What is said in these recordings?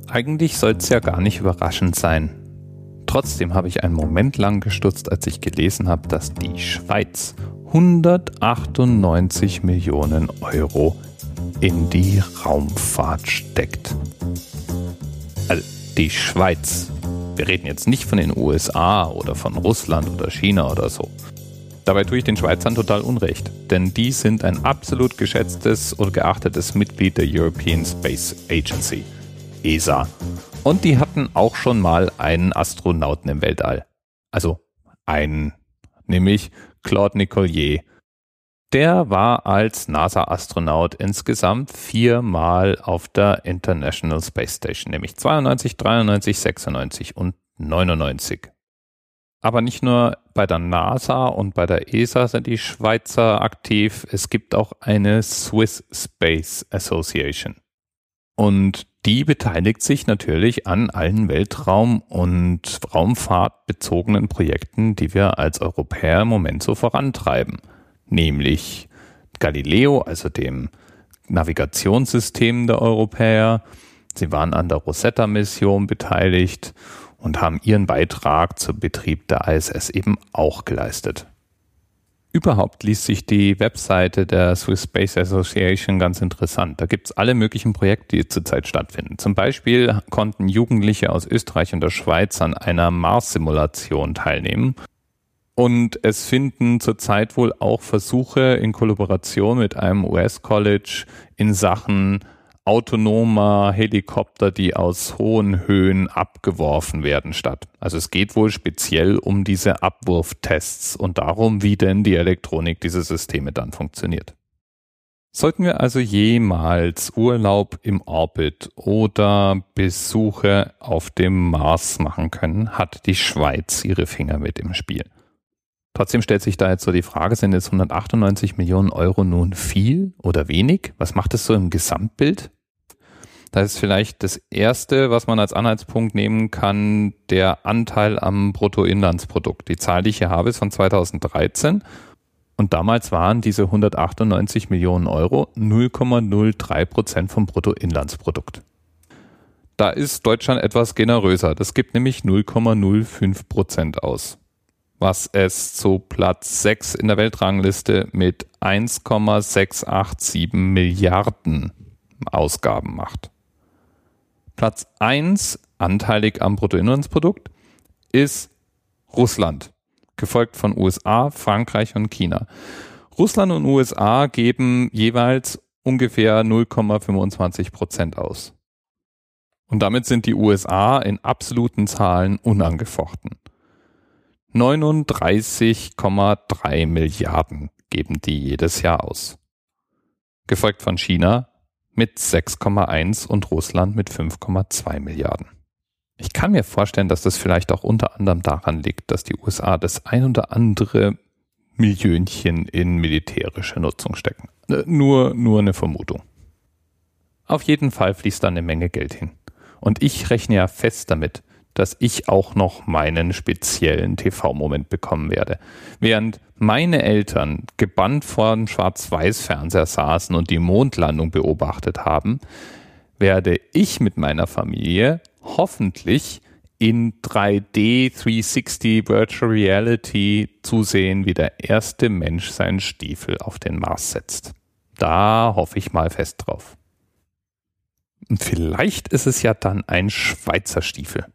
Eigentlich soll es ja gar nicht überraschend sein. Trotzdem habe ich einen Moment lang gestutzt, als ich gelesen habe, dass die Schweiz 198 Millionen Euro in die Raumfahrt steckt. Also die Schweiz. Wir reden jetzt nicht von den USA oder von Russland oder China oder so. Dabei tue ich den Schweizern total Unrecht, denn die sind ein absolut geschätztes und geachtetes Mitglied der European Space Agency, ESA. Und die hatten auch schon mal einen Astronauten im Weltall. Also einen, nämlich Claude Nicollier. Der war als NASA-Astronaut insgesamt 4-mal auf der International Space Station, nämlich 92, 93, 96 und 99. Aber nicht nur bei der NASA und bei der ESA sind die Schweizer aktiv, es gibt auch eine Swiss Space Association. Und die beteiligt sich natürlich an allen Weltraum- und raumfahrtbezogenen Projekten, die wir als Europäer im Moment so vorantreiben. Nämlich Galileo, also dem Navigationssystem der Europäer. Sie waren an der Rosetta-Mission beteiligt und haben ihren Beitrag zum Betrieb der ISS eben auch geleistet. Überhaupt liest sich die Webseite der Swiss Space Association ganz interessant. Da gibt es alle möglichen Projekte, die zurzeit stattfinden. Zum Beispiel konnten Jugendliche aus Österreich und der Schweiz an einer Mars-Simulation teilnehmen. Und es finden zurzeit wohl auch Versuche in Kollaboration mit einem US-College in Sachen autonomer Helikopter, die aus hohen Höhen abgeworfen werden, statt. Also es geht wohl speziell um diese Abwurftests und darum, wie denn die Elektronik dieser Systeme dann funktioniert. Sollten wir also jemals Urlaub im Orbit oder Besuche auf dem Mars machen können, hat die Schweiz ihre Finger mit im Spiel. Trotzdem stellt sich da jetzt so die Frage, sind jetzt 198 Millionen Euro nun viel oder wenig? Was macht es so im Gesamtbild? Das ist vielleicht das Erste, was man als Anhaltspunkt nehmen kann, der Anteil am Bruttoinlandsprodukt. Die Zahl, die ich hier habe, ist von 2013 und damals waren diese 198 Millionen Euro 0,03% vom Bruttoinlandsprodukt. Da ist Deutschland etwas generöser. Das gibt nämlich 0,05% aus, was es zu Platz 6 in der Weltrangliste mit 1,687 Milliarden Ausgaben macht. Platz 1, anteilig am Bruttoinlandsprodukt, ist Russland, gefolgt von USA, Frankreich und China. Russland und USA geben jeweils ungefähr 0,25% aus. Und damit sind die USA in absoluten Zahlen unangefochten. 39,3 Milliarden geben die jedes Jahr aus. Gefolgt von China mit 6,1 und Russland mit 5,2 Milliarden. Ich kann mir vorstellen, dass das vielleicht auch unter anderem daran liegt, dass die USA das ein oder andere Millionchen in militärische Nutzung stecken. Nur eine Vermutung. Auf jeden Fall fließt da eine Menge Geld hin. Und ich rechne ja fest damit, dass ich auch noch meinen speziellen TV-Moment bekommen werde. Während meine Eltern gebannt vor dem Schwarz-Weiß-Fernseher saßen und die Mondlandung beobachtet haben, werde ich mit meiner Familie hoffentlich in 3D 360 Virtual Reality zusehen, wie der erste Mensch seinen Stiefel auf den Mars setzt. Da hoffe ich mal fest drauf. Und vielleicht ist es ja dann ein Schweizer Stiefel.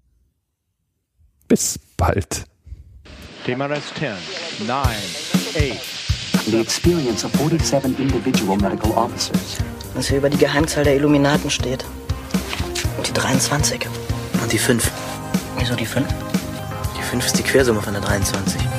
Bis bald. TMRS 10, 9, 8. The experience of 47 individual medical officers. Was hier über die Geheimzahl der Illuminaten steht. Und die 23. Und die 5. Wieso die 5? Die 5 ist die Quersumme von der 23.